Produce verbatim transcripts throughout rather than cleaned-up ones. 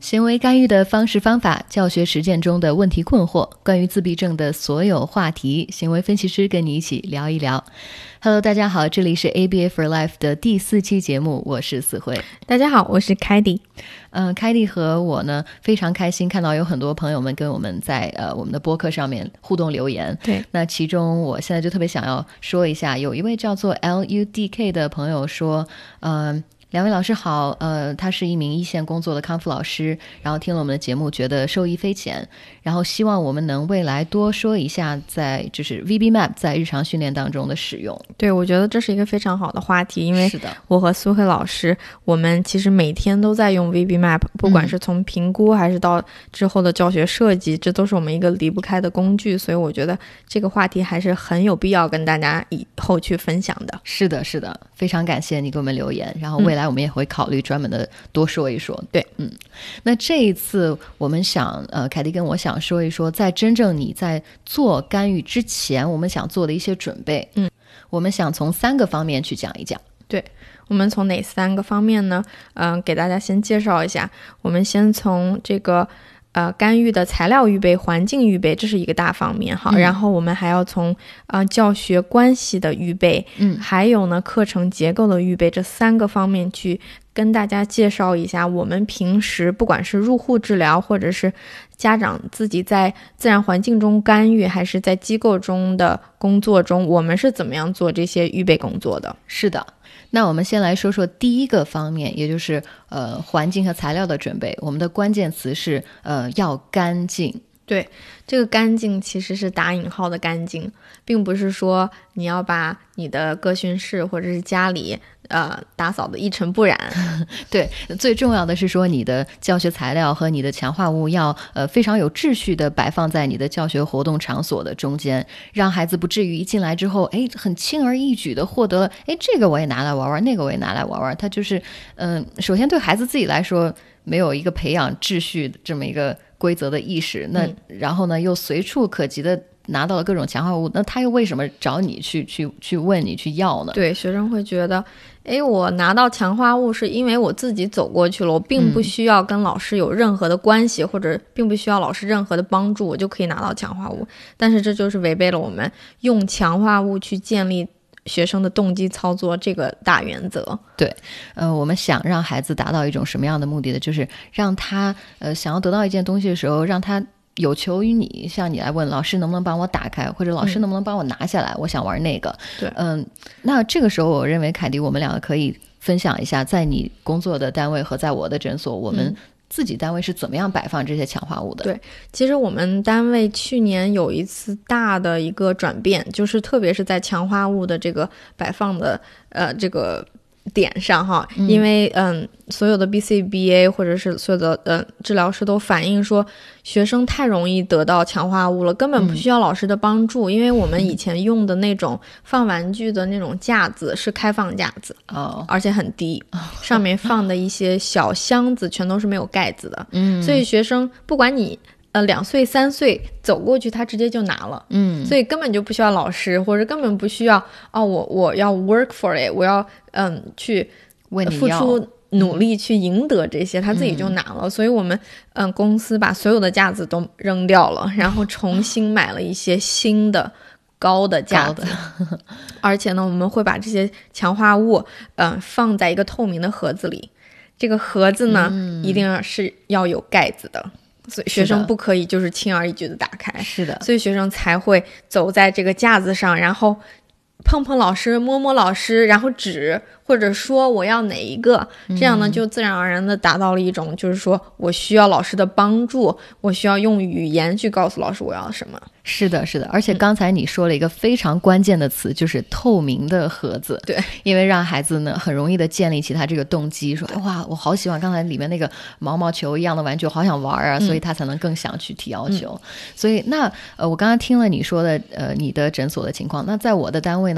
行为干预的方式方法，教学实践中的问题困惑，关于自闭症的所有话题，行为分析师跟你一起聊一聊。Hello， 大家好，这里是 A B A for Life 的第四期节目，我是思慧。 大家好，我是凯蒂。 嗯，凯蒂和我呢非常开心看到有很多朋友们跟我们在呃我们的播客上面互动留言。 对， 那其中我现在就特别想要说一下，有一位叫做 L U D K 的朋友说，嗯。两位老师好，呃，他是一名一线工作的康复老师，然后听了我们的节目，觉得受益匪浅，然后希望我们能未来多说一下在就是 V B Map 在日常训练当中的使用。 对，我觉得这是一个非常好的话题，因为是的， 我和苏慧老师，我们其实每天都在用 V B Map， 不管是从评估还是到之后的教学设计，嗯、这都是我们一个离不开的工具，所以我觉得这个话题还是很有必要跟大家以后去分享的。 是的，是的，非常感谢你给我们留言，然后未来、嗯来我们也会考虑专门的多说一说。 对， 嗯，那这一次我们想，呃，凯蒂跟我想说一说，在真正你在做干预之前，我们想做的一些准备。 嗯， 我们想从三个方面去讲一讲。 对，我们从哪三个方面呢？嗯、呃，给大家先介绍一下。我们先从这个。呃，干预的材料预备、环境预备，这是一个大方面哈、嗯。然后我们还要从呃教学关系的预备， 嗯， 还有呢课程结构的预备，这三个方面去跟大家介绍一下，我们平时不管是入户治疗，或者是家长自己在自然环境中干预，还是在机构中的工作中，我们是怎么样做这些预备工作的。 是的。那我们先来说说第一个方面，也就是呃环境和材料的准备。我们的关键词是呃要干净。 对，这个干净其实是打引号的干净，并不是说你要把你的个训室或者是家里呃打扫的一尘不染。 对，最重要的是说你的教学材料和你的强化物要呃非常有秩序的摆放在你的教学活动场所的中间，让孩子不至于一进来之后，哎，很轻而易举的获得了，哎，这个我也拿来玩玩，那个我也拿来玩玩。他就是嗯、呃，首先对孩子自己来说没有一个培养秩序这么一个规则的意识，那、嗯、然后呢又随处可及的拿到了各种强化物，那他又为什么找你去去去问你去要呢？ 对，学生会觉得，诶，我拿到强化物是因为我自己走过去了，我并不需要跟老师有任何的关系、嗯、或者并不需要老师任何的帮助，我就可以拿到强化物。但是这就是违背了我们用强化物去建立学生的动机操作这个大原则。 对，呃，我们想让孩子达到一种什么样的目的呢？就是让他呃想要得到一件东西的时候，让他有求于你，像你来问老师能不能帮我打开，或者老师能不能帮我拿下来、嗯、我想玩那个。 对， 嗯，那这个时候我认为凯蒂我们两个可以分享一下，在你工作的单位和在我的诊所，我们自己单位是怎么样摆放这些强化物的。 对，其实我们单位去年有一次大的一个转变，就是特别是在强化物的这个摆放的呃这个点上哈， 嗯、 因为嗯所有的 B C B A 或者是所有的呃治疗师都反映说，学生太容易得到强化物了，根本不需要老师的帮助、嗯、因为我们以前用的那种放玩具的那种架子是开放架子、 哦、 而且很低、哦、上面放的一些小箱子全都是没有盖子的， 嗯， 所以学生不管你呃，两岁三岁走过去，他直接就拿了， 嗯， 所以根本就不需要老师，或者根本不需要哦，我我要 work for it， 我要嗯去付出努力去赢得这些，他自己就拿了。所以我们嗯公司把所有的架子都扔掉了，然后重新买了一些新的高的架子，而且呢，我们会把这些强化物嗯放在一个透明的盒子里，这个盒子呢、嗯、一定是要有盖子的。所以学生不可以就是轻而易举的打开， 是的， 所以学生才会走在这个架子上，然后碰碰老师，摸摸老师，然后指或者说我要哪一个，这样呢就自然而然的达到了一种就是说我需要老师的帮助，我需要用语言去告诉老师我要什么。 是的，是的，而且刚才你说了一个非常关键的词、嗯、就是透明的盒子。 对， 因为让孩子呢很容易的建立起他这个动机，说哇我好喜欢刚才里面那个毛毛球一样的玩具，我好想玩啊、嗯、所以他才能更想去提要求、嗯、所以那呃我刚刚听了你说的呃你的诊所的情况，那在我的单位呢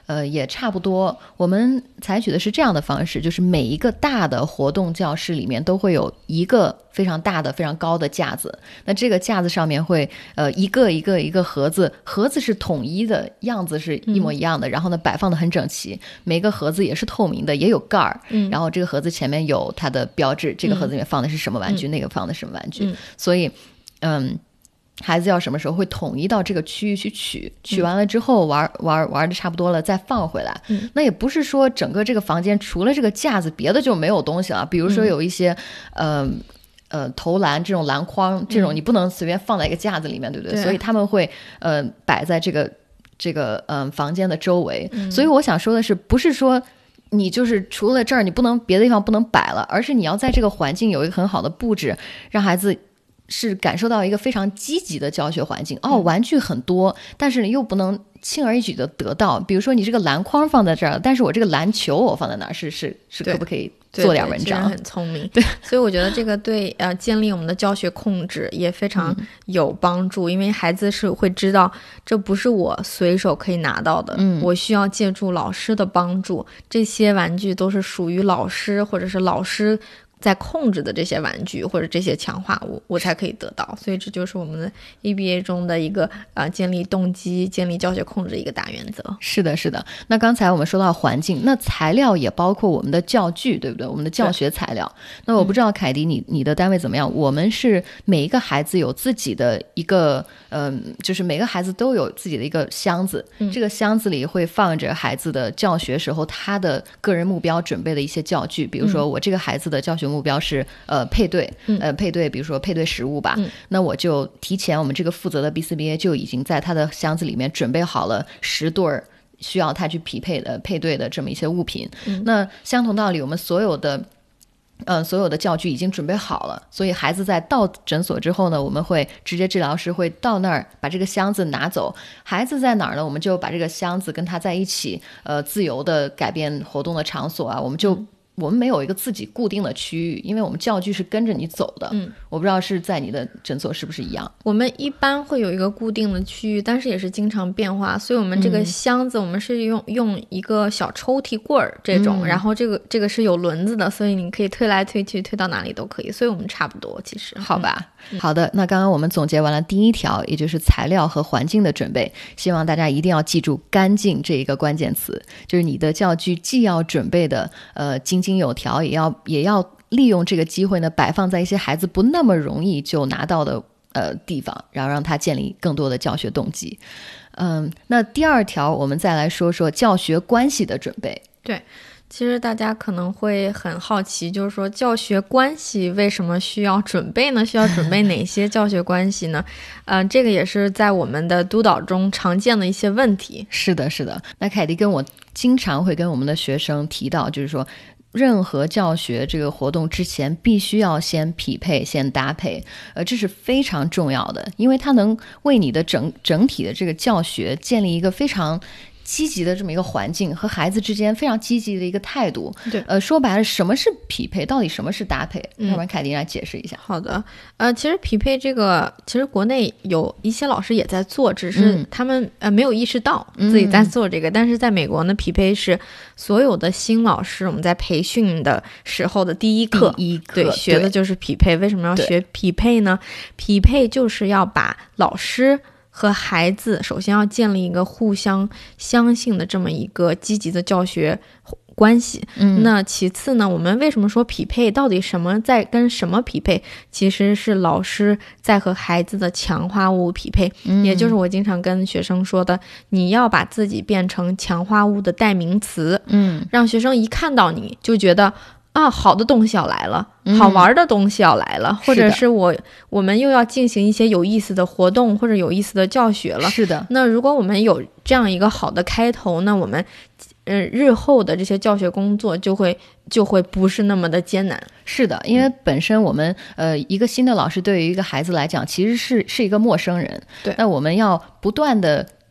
呃，也差不多。我们采取的是这样的方式，就是每一个大的活动教室里面都会有一个非常大的非常高的架子，那这个架子上面会呃一个一个一个盒子，盒子是统一的，样子是一模一样的、嗯、然后呢摆放的很整齐，每个盒子也是透明的，也有盖儿、嗯、然后这个盒子前面有它的标志，这个盒子里面放的是什么玩具、嗯、那个放的什么玩具、嗯、所以嗯孩子要什么时候会统一到这个区域去取，取完了之后玩玩玩的差不多了再放回来、嗯、那也不是说整个这个房间除了这个架子别的就没有东西了，比如说有一些、嗯、呃呃投篮这种篮筐，这种你不能随便放在一个架子里面、嗯、对不对？所以他们会呃摆在这个这个嗯、呃、房间的周围、嗯、所以我想说的是，不是说你就是除了这儿你不能别的地方不能摆了，而是你要在这个环境有一个很好的布置，让孩子是感受到一个非常积极的教学环境。哦，玩具很多，但是你又不能轻而易举的得到，比如说你这个篮筐放在这儿，但是我这个篮球我放在哪儿，是是是可不可以做点文章？ 对对对，很聪明。对，所以我觉得这个对呃建立我们的教学控制也非常有帮助、嗯、因为孩子是会知道这不是我随手可以拿到的、嗯、我需要借助老师的帮助，这些玩具都是属于老师或者是老师在控制的这些玩具或者这些强化物我才可以得到，所以这就是我们的 E B A 中的一个呃建立动机建立教学控制的一个大原则。 是的是的。那刚才我们说到环境，那材料也包括我们的教具对不对？我们的教学材料。那我不知道凯迪你你的单位怎么样？我们是每一个孩子有自己的一个嗯、呃，就是每个孩子都有自己的一个箱子、嗯、这个箱子里会放着孩子的教学时候他的个人目标准备的一些教具，比如说我这个孩子的教学目标是呃配对、嗯、呃配对比如说配对食物吧、嗯、那我就提前我们这个负责的 B C B A 就已经在他的箱子里面准备好了十对需要他去匹配的配对的这么一些物品、嗯、那相同道理我们所有的呃，所有的教具已经准备好了，所以孩子在到诊所之后呢，我们会直接治疗师会到那儿把这个箱子拿走，孩子在哪儿呢，我们就把这个箱子跟他在一起呃，自由的改变活动的场所啊，我们就、嗯我们没有一个自己固定的区域，因为我们教具是跟着你走的。嗯，我不知道是在你的诊所是不是一样。 我们一般会有一个固定的区域，但是也是经常变化，所以我们这个箱子、嗯、我们是用用一个小抽屉柜儿这种、嗯、然后这个这个是有轮子的，所以你可以推来推去推到哪里都可以，所以我们差不多其实。 好吧、嗯、好的。那刚刚我们总结完了第一条，也就是材料和环境的准备，希望大家一定要记住干净这一个关键词，就是你的教具既要准备的呃精精有条，也要也要利用这个机会呢，摆放在一些孩子不那么容易就拿到的呃地方，然后让他建立更多的教学动机。嗯，那第二条我们再来说说教学关系的准备。 对，其实大家可能会很好奇，就是说教学关系为什么需要准备呢？需要准备哪些教学关系呢？呃，这个也是在我们的督导中常见的一些问题。 是的，是的。那凯迪跟我经常会跟我们的学生提到，就是说任何教学这个活动之前必须要先匹配先搭配，呃，这是非常重要的，因为它能为你的整整体的这个教学建立一个非常积极的这么一个环境，和孩子之间非常积极的一个态度。 对， 呃，说白了，什么是匹配？到底什么是搭配？嗯、要不然凯迪来解释一下。 好的，呃，其实匹配这个，其实国内有一些老师也在做，只是他们、嗯、呃没有意识到自己在做这个。嗯、但是在美国呢，匹配是所有的新老师我们在培训的时候的第一课， 第一课对，学的就是匹配。为什么要学匹配呢？匹配就是要把老师和孩子首先要建立一个互相相信的这么一个积极的教学关系。嗯，那其次呢，我们为什么说匹配？到底什么在跟什么匹配？其实是老师在和孩子的强化物匹配。嗯，也就是我经常跟学生说的，你要把自己变成强化物的代名词。嗯，让学生一看到你就觉得啊，好的东西要来了，好玩的东西要来了，嗯、或者是我我们又要进行一些有意思的活动或者有意思的教学了。 是的。 那如果我们有这样一个好的开头，那我们呃日后的这些教学工作就会就会不是那么的艰难。 是的，因为本身我们呃一个新的老师对于一个孩子来讲，其实是是一个陌生人。 对。 那我们要不断的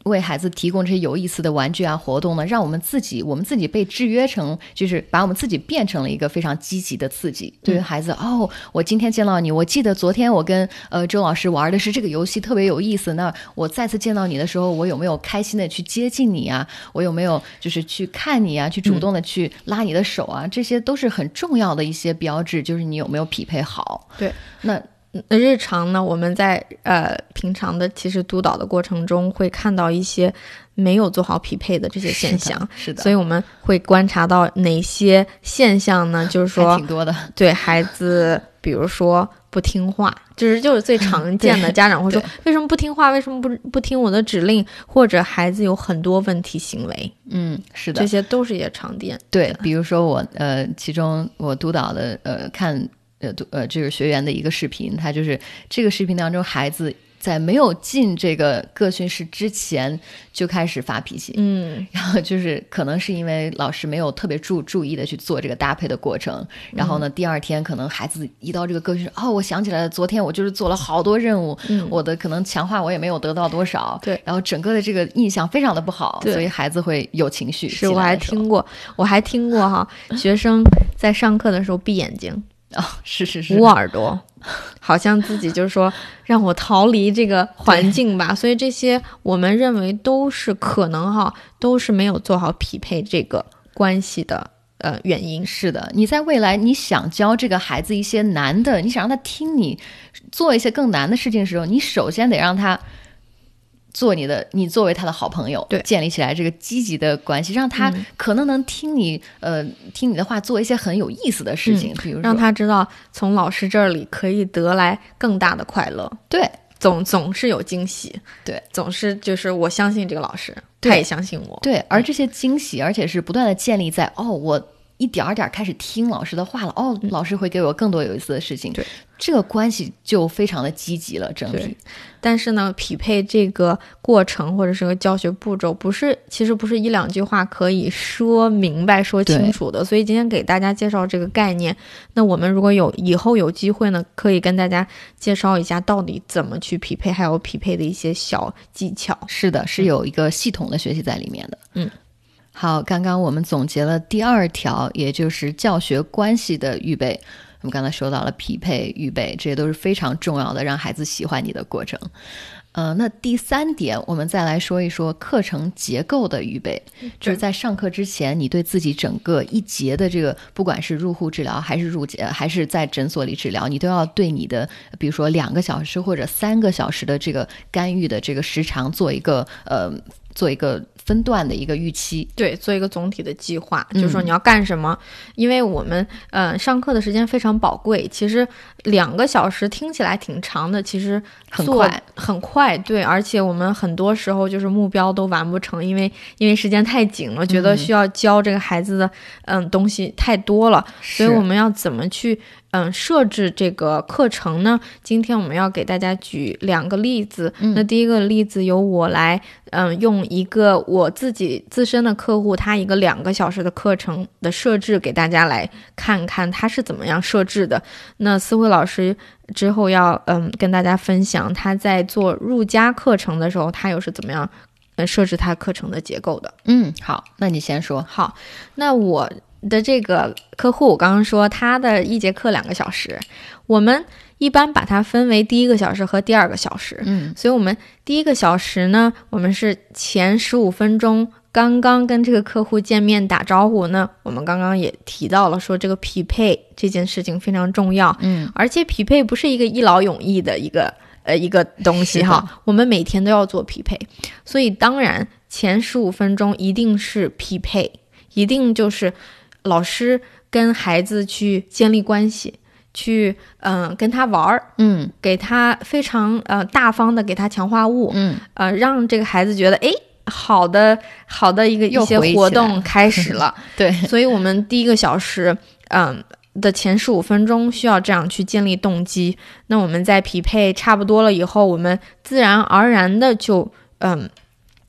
为孩子提供这些有意思的玩具啊活动呢，让我们自己我们自己被制约成，就是把我们自己变成了一个非常积极的刺激。对于孩子、嗯、哦，我今天见到你，我记得昨天我跟呃周老师玩的是这个游戏，特别有意思，那我再次见到你的时候，我有没有开心的去接近你啊，我有没有就是去看你啊，去主动的去拉你的手啊、嗯、这些都是很重要的一些标志，就是你有没有匹配好。 对， 那日常呢，我们在呃平常的其实督导的过程中会看到一些没有做好匹配的这些现象， 是的，是的， 所以我们会观察到哪些现象呢？就是说挺多的， 对孩子，比如说不听话，就是就是最常见的，家长会说为什么不听话，为什么不不听我的指令，或者孩子有很多问题行为， 嗯，是的， 这些都是一些常见。 对，比如说我呃，其中我督导的呃看。呃呃，这个学员的一个视频，他就是这个视频当中，孩子在没有进这个个训室之前就开始发脾气， 嗯， 然后就是可能是因为老师没有特别注注意的去做这个搭配的过程，然后呢，第二天可能孩子一到这个个训室，哦，我想起来了，昨天我就是做了好多任务， 嗯， 我的可能强化我也没有得到多少， 对， 然后整个的这个印象非常的不好，所以孩子会有情绪。 是，我还听过，我还听过哈，学生在上课的时候闭眼睛。 哦，是是是， 捂耳朵，好像自己就是说让我逃离这个环境吧。所以这些我们认为都是可能哈，都是没有做好匹配这个关系的呃原因。 是的，你在未来你想教这个孩子一些难的，你想让他听你做一些更难的事情的时候，你首先得让他做你的，你作为他的好朋友， 对， 建立起来这个积极的关系，让他可能能听你、嗯、呃听你的话，做一些很有意思的事情， 嗯、 比如说让他知道从老师这里可以得来更大的快乐。 对， 总总是有惊喜， 对， 总是就是我相信这个老师，他也相信我， 对，而这些惊喜，而且是不断的建立在哦我。一点点开始听老师的话了，哦，老师会给我更多有意思的事情， 对， 这个关系就非常的积极了，整体。 但是呢，匹配这个过程或者是个教学步骤，不是其实不是一两句话可以说明白、说清楚的。所以今天给大家介绍这个概念，那我们如果有以后有机会呢，可以跟大家介绍一下到底怎么去匹配，还有匹配的一些小技巧。 是的，是有一个系统的学习在里面的。 嗯。 好，刚刚我们总结了第二条，也就是教学关系的预备。我们刚才说到了匹配、预备，这些都是非常重要的，让孩子喜欢你的过程。呃，那第三点，我们再来说一说课程结构的预备，就是在上课之前，你对自己整个一节的这个，不管是入户治疗还是入还是在诊所里治疗，你都要对你的，比如说两个小时或者三个小时的这个干预的这个时长做一个呃。做一个分段的一个预期， 对，做一个总体的计划，嗯、就是说你要干什么。因为我们呃上课的时间非常宝贵，其实两个小时听起来挺长的，其实很快很快，对，而且我们很多时候就是目标都完不成，因为因为时间太紧了，觉得需要教这个孩子的嗯、呃、东西太多了，所以我们要怎么去嗯设置这个课程呢？今天我们要给大家举两个例子， 嗯、 那第一个例子由我来嗯用一个我自己自身的客户他一个两个小时的课程的设置给大家来看看他是怎么样设置的。那思慧老师之后要嗯跟大家分享他在做入家课程的时候他又是怎么样呃设置他课程的结构的。 嗯，好，那你先说。 好，那我的这个客户我刚刚说他的一节课两个小时，我们一般把它分为第一个小时和第二个小时， 嗯， 所以我们第一个小时呢，我们是前十五分钟刚刚跟这个客户见面打招呼呢，我们刚刚也提到了说这个匹配这件事情非常重要， 嗯， 而且匹配不是一个一劳永逸的一个呃一个东西哈，我们每天都要做匹配，所以当然前十五分钟一定是匹配，一定就是老师跟孩子去建立关系，去嗯、呃、跟他玩儿， 嗯， 给他非常呃大方的给他强化物， 嗯， 呃让这个孩子觉得诶好的好的一个一些活动开始了， 对， 所以我们第一个小时嗯的前十五分钟需要这样去建立动机。那我们在匹配差不多了以后，我们自然而然的就嗯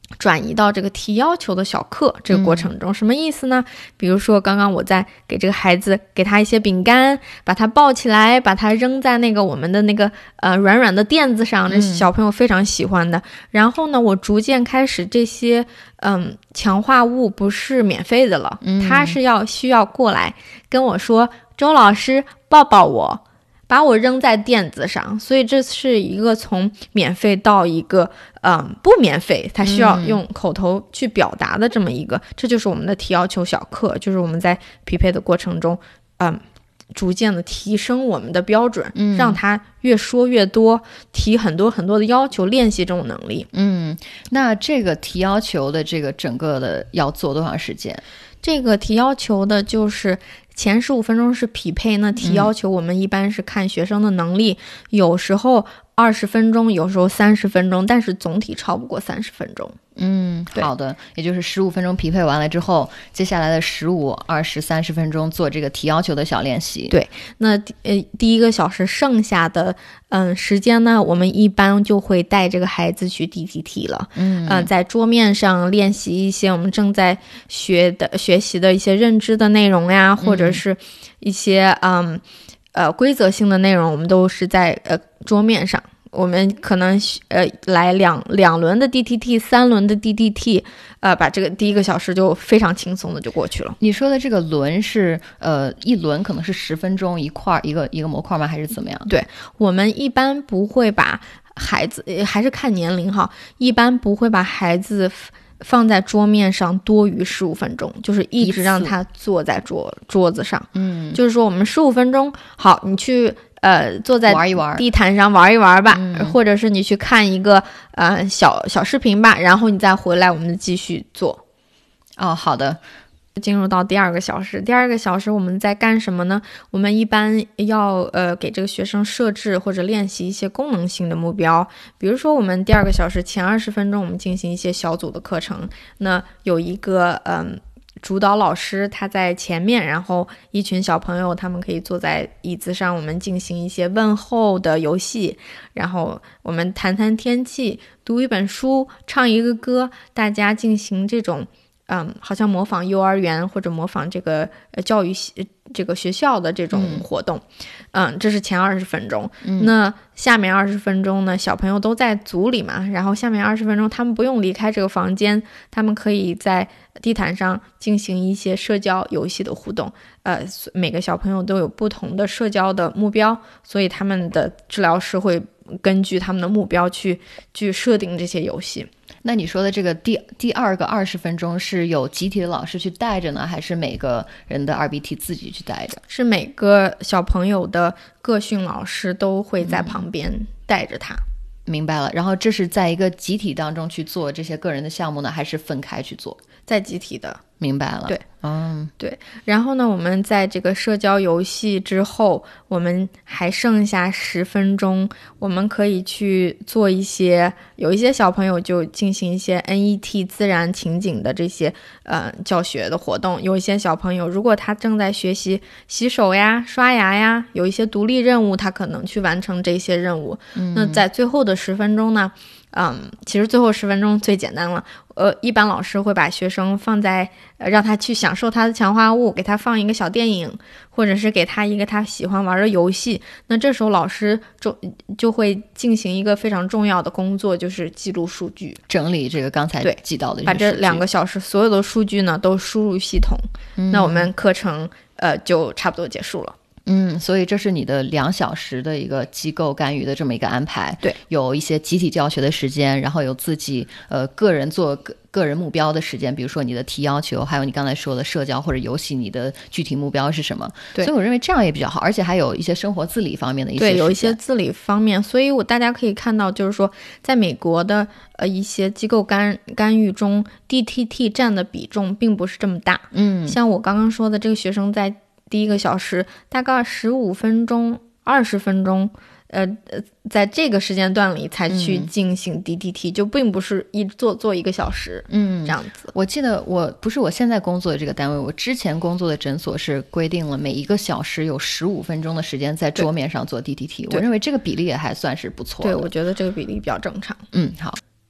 转移到这个提要求的小课这个过程中。嗯、什么意思呢？比如说刚刚我在给这个孩子给他一些饼干，把他抱起来，把他扔在那个我们的那个呃软软的垫子上，这小朋友非常喜欢的。嗯、然后呢，我逐渐开始这些嗯强化物不是免费的了，嗯、他是要需要过来跟我说，周老师抱抱我，把我扔在垫子上。所以这是一个从免费到一个嗯不免费，他需要用口头去表达的这么一个、嗯、这就是我们的提要求小课，就是我们在匹配的过程中嗯逐渐的提升我们的标准、嗯、让他越说越多，提很多很多的要求，练习这种能力。 嗯，那这个提要求的这个整个的要做多长时间？ 这个提要求的就是前十五分钟是匹配，那提要求我们一般是看学生的能力、嗯、有时候二十分钟，有时候三十分钟，但是总体超不过三十分钟。 嗯，好的，也就是十五分钟匹配完了之后，接下来的十五、二十、三十分钟做这个提要求的小练习。 对，那呃第一个小时剩下的嗯时间呢，我们一般就会带这个孩子去 D T T 了。嗯，呃，在桌面上练习一些我们正在学的学习的一些认知的内容呀，或者是一些嗯呃规则性的内容，我们都是在呃桌面上。我们可能呃来两两轮的 D T T， 三轮的 D T T， 呃，把这个第一个小时就非常轻松的就过去了。 你说的这个轮是呃一轮可能是十分钟一块一个一个模块吗？还是怎么样？ 对，我们一般不会把孩子，还是看年龄哈，一般不会把孩子放在桌面上多于十五分钟，就是一直让他坐在桌桌子上。嗯，就是说我们十五分钟，好，你去。呃，坐在地毯上玩一玩吧， 玩一玩或者是你去看一个呃小小视频吧，然后你再回来，我们继续做。 哦，好的。 进入到第二个小时，第二个小时我们在干什么呢？我们一般要呃给这个学生设置或者练习一些功能性的目标，比如说我们第二个小时前二十分钟，我们进行一些小组的课程，那有一个嗯。呃主导老师他在前面，然后一群小朋友他们可以坐在椅子上，我们进行一些问候的游戏，然后我们谈谈天气，读一本书，唱一个歌，大家进行这种嗯，好像模仿幼儿园或者模仿这个呃教育这个学校的这种活动。嗯, 嗯，这是前二十分钟、嗯、那下面二十分钟呢，小朋友都在组里嘛，然后下面二十分钟他们不用离开这个房间，他们可以在地毯上进行一些社交游戏的互动。呃，每个小朋友都有不同的社交的目标，所以他们的治疗师会根据他们的目标去去设定这些游戏。 那你说的这个第第二个二十分钟是有集体的老师去带着呢，还是每个人的 R B T 自己去带着？ 是每个小朋友的个训老师都会在旁边带着他。 嗯，明白了。然后这是在一个集体当中去做这些个人的项目呢，还是分开去做？ 在集体的。 明白了。 对， 嗯， 对。然后呢，我们在这个社交游戏之后，我们还剩下十分钟，我们可以去做一些，有一些小朋友就进行一些 N E T 自然情景的这些呃教学的活动，有一些小朋友如果他正在学习洗手呀、刷牙呀，有一些独立任务，他可能去完成这些任务。嗯，那在最后的十分钟呢，嗯，其实最后十分钟最简单了。呃，一般老师会把学生放在，呃，让他去享受他的强化物，给他放一个小电影，或者是给他一个他喜欢玩的游戏。那这时候老师就就会进行一个非常重要的工作，就是记录数据， 整理这个刚才记到的这些数据， 把这两个小时所有的数据呢都输入系统。嗯，那我们课程呃就差不多结束了。 嗯，所以这是你的两小时的一个机构干预的这么一个安排。 对， 有一些集体教学的时间，然后有自己呃个人做个个人目标的时间，比如说你的提要求，还有你刚才说的社交或者游戏，你的具体目标是什么？ 对， 所以我认为这样也比较好，而且还有一些生活自理方面的一些对，有一些自理方面，所以我大家可以看到，就是说，在美国的呃一些机构干干预中 ，D T T 占的比重并不是这么大。 嗯， 像我刚刚说的，这个学生在第一个小时大概十五分钟、二十分钟，呃呃，在这个时间段里才去进行 D T T，嗯，就并不是一做做一个小时，嗯，这样子。 我记得我不是我现在工作的这个单位，我之前工作的诊所是规定了每一个小时有十五分钟的时间在桌面上做 D T T，我认为这个比例也还算是不错的。 对，我觉得这个比例比较正常。 嗯，好。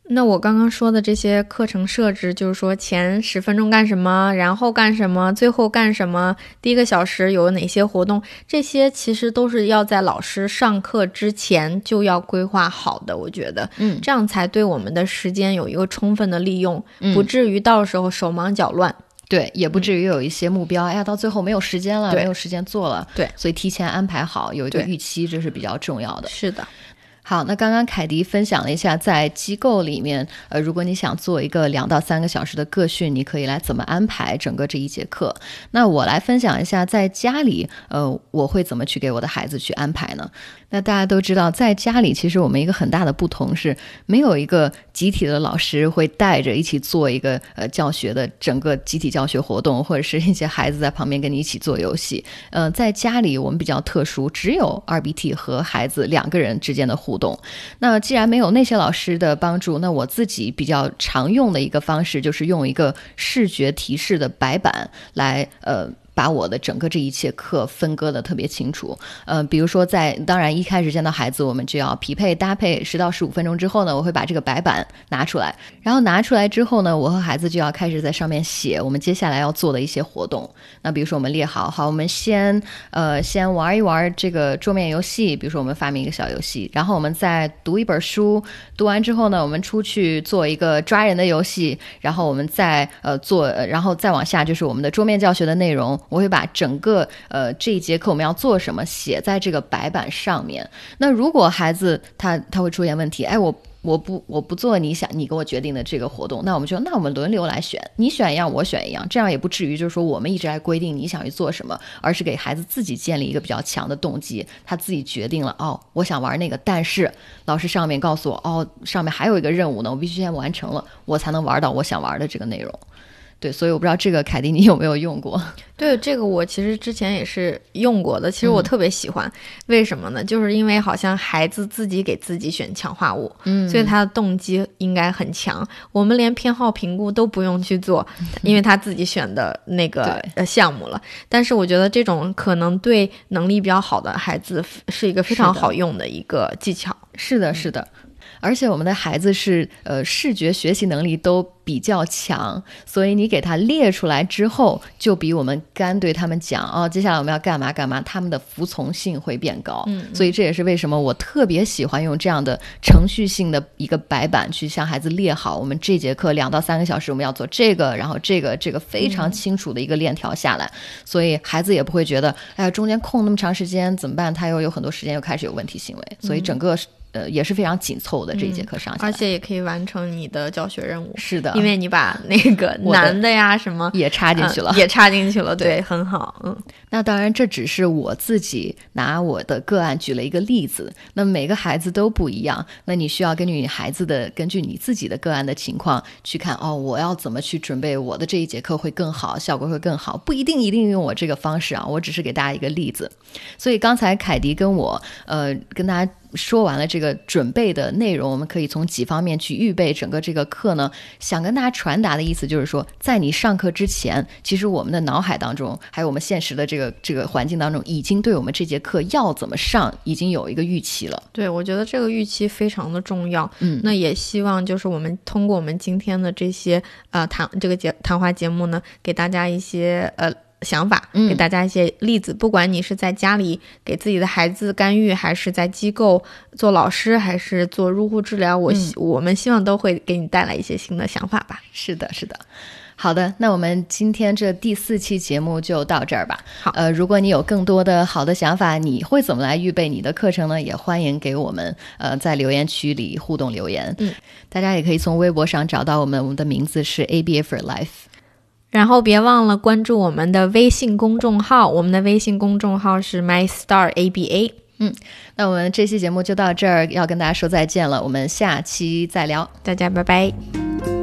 那我刚刚说的这些课程设置，就是说前十分钟干什么，然后干什么，最后干什么，第一个小时有哪些活动，这些其实都是要在老师上课之前就要规划好的，我觉得， 嗯， 这样才对我们的时间有一个充分的利用，嗯、不至于到时候手忙脚乱。 对，也不至于有一些目标，嗯、哎呀，到最后没有时间了，没有时间做了。 对， 所以提前安排好，有一个预期，这是比较重要的。 是的。 好，那刚刚凯迪分享了一下在机构里面，呃，如果你想做一个两到三个小时的个训，你可以来怎么安排整个这一节课。那我来分享一下在家里，呃，我会怎么去给我的孩子去安排呢？那大家都知道，在家里其实我们一个很大的不同是，没有一个集体的老师会带着一起做一个呃教学的整个集体教学活动，或者是一些孩子在旁边跟你一起做游戏。呃，在家里我们比较特殊，只有 R B T 和孩子两个人之间的互动。那既然没有那些老师的帮助，那我自己比较常用的一个方式就是用一个视觉提示的白板来呃把我的整个这一切课分割的特别清楚。呃，比如说在当然一开始见到孩子，我们就要匹配搭配十到十五分钟之后呢，我会把这个白板拿出来，然后拿出来之后呢，我和孩子就要开始在上面写我们接下来要做的一些活动。那比如说我们列好，好，我们先呃先玩一玩这个桌面游戏，比如说我们发明一个小游戏，然后我们再读一本书，读完之后呢，我们出去做一个抓人的游戏，然后我们再呃做，然后再往下就是我们的桌面教学的内容。我会把整个呃这一节课我们要做什么写在这个白板上面。那如果孩子他他会出现问题，哎，我我不我不做你想你给我决定的这个活动，那我们就那我们轮流来选，你选一样我选一样，这样也不至于就是说我们一直来规定你想去做什么，而是给孩子自己建立一个比较强的动机，他自己决定了，哦，我想玩那个，但是老师上面告诉我，哦，上面还有一个任务呢，我必须先完成了，我才能玩到我想玩的这个内容。对，所以我不知道这个凯蒂你有没有用过？ 对，这个我其实之前也是用过的，其实我特别喜欢、嗯、为什么呢？就是因为好像孩子自己给自己选强化物，嗯，所以他的动机应该很强，我们连偏好评估都不用去做，因为他自己选的那个项目了。但是我觉得这种可能对能力比较好的孩子是一个非常好用的一个技巧。 是的，是的。而且我们的孩子是呃视觉学习能力都比较强，所以你给他列出来之后，就比我们干对他们讲哦，接下来我们要干嘛干嘛，他们的服从性会变高。嗯，所以这也是为什么我特别喜欢用这样的程序性的一个白板去向孩子列好，我们这节课两到三个小时我们要做这个，然后这个这个非常清楚的一个链条下来、嗯、所以孩子也不会觉得哎呀中间空那么长时间怎么办，他又有很多时间又开始有问题行为，所以整个呃，也是非常紧凑的这一节课上起来、 嗯、而且也可以完成你的教学任务。 是的， 因为你把那个难的呀什么也插进去了、 嗯、也插进去了，对，对很好。嗯， 那当然这只是我自己拿我的个案举了一个例子，那每个孩子都不一样，那你需要根据你孩子的根据你自己的个案的情况去看，哦，我要怎么去准备我的这一节课会更好，效果会更好，不一定一定用我这个方式啊，我只是给大家一个例子。所以刚才凯迪跟我呃跟大家说完了这个准备的内容，我们可以从几方面去预备整个这个课呢。想跟大家传达的意思就是说，在你上课之前，其实我们的脑海当中还有我们现实的这个这个环境当中，已经对我们这节课要怎么上已经有一个预期了。 对，我觉得这个预期非常的重要。嗯，那也希望就是我们通过我们今天的这些呃谈这个节谈话节目呢，给大家一些呃想法，给大家一些例子、嗯、不管你是在家里给自己的孩子干预，还是在机构做老师，还是做入户治疗，我、嗯、我们希望都会给你带来一些新的想法吧。 是的，是的。好的，那我们今天这第四期节目就到这儿吧。 好， 呃，如果你有更多的好的想法，你会怎么来预备你的课程呢？也欢迎给我们呃在留言区里互动留言。嗯，大家也可以从微博上找到我们，我们的名字是 A B A for Life。 然后别忘了关注我们的微信公众号，我们的微信公众号是 My Star A B A。 嗯，那我们这期节目就到这儿，要跟大家说再见了，我们下期再聊， 大家拜拜。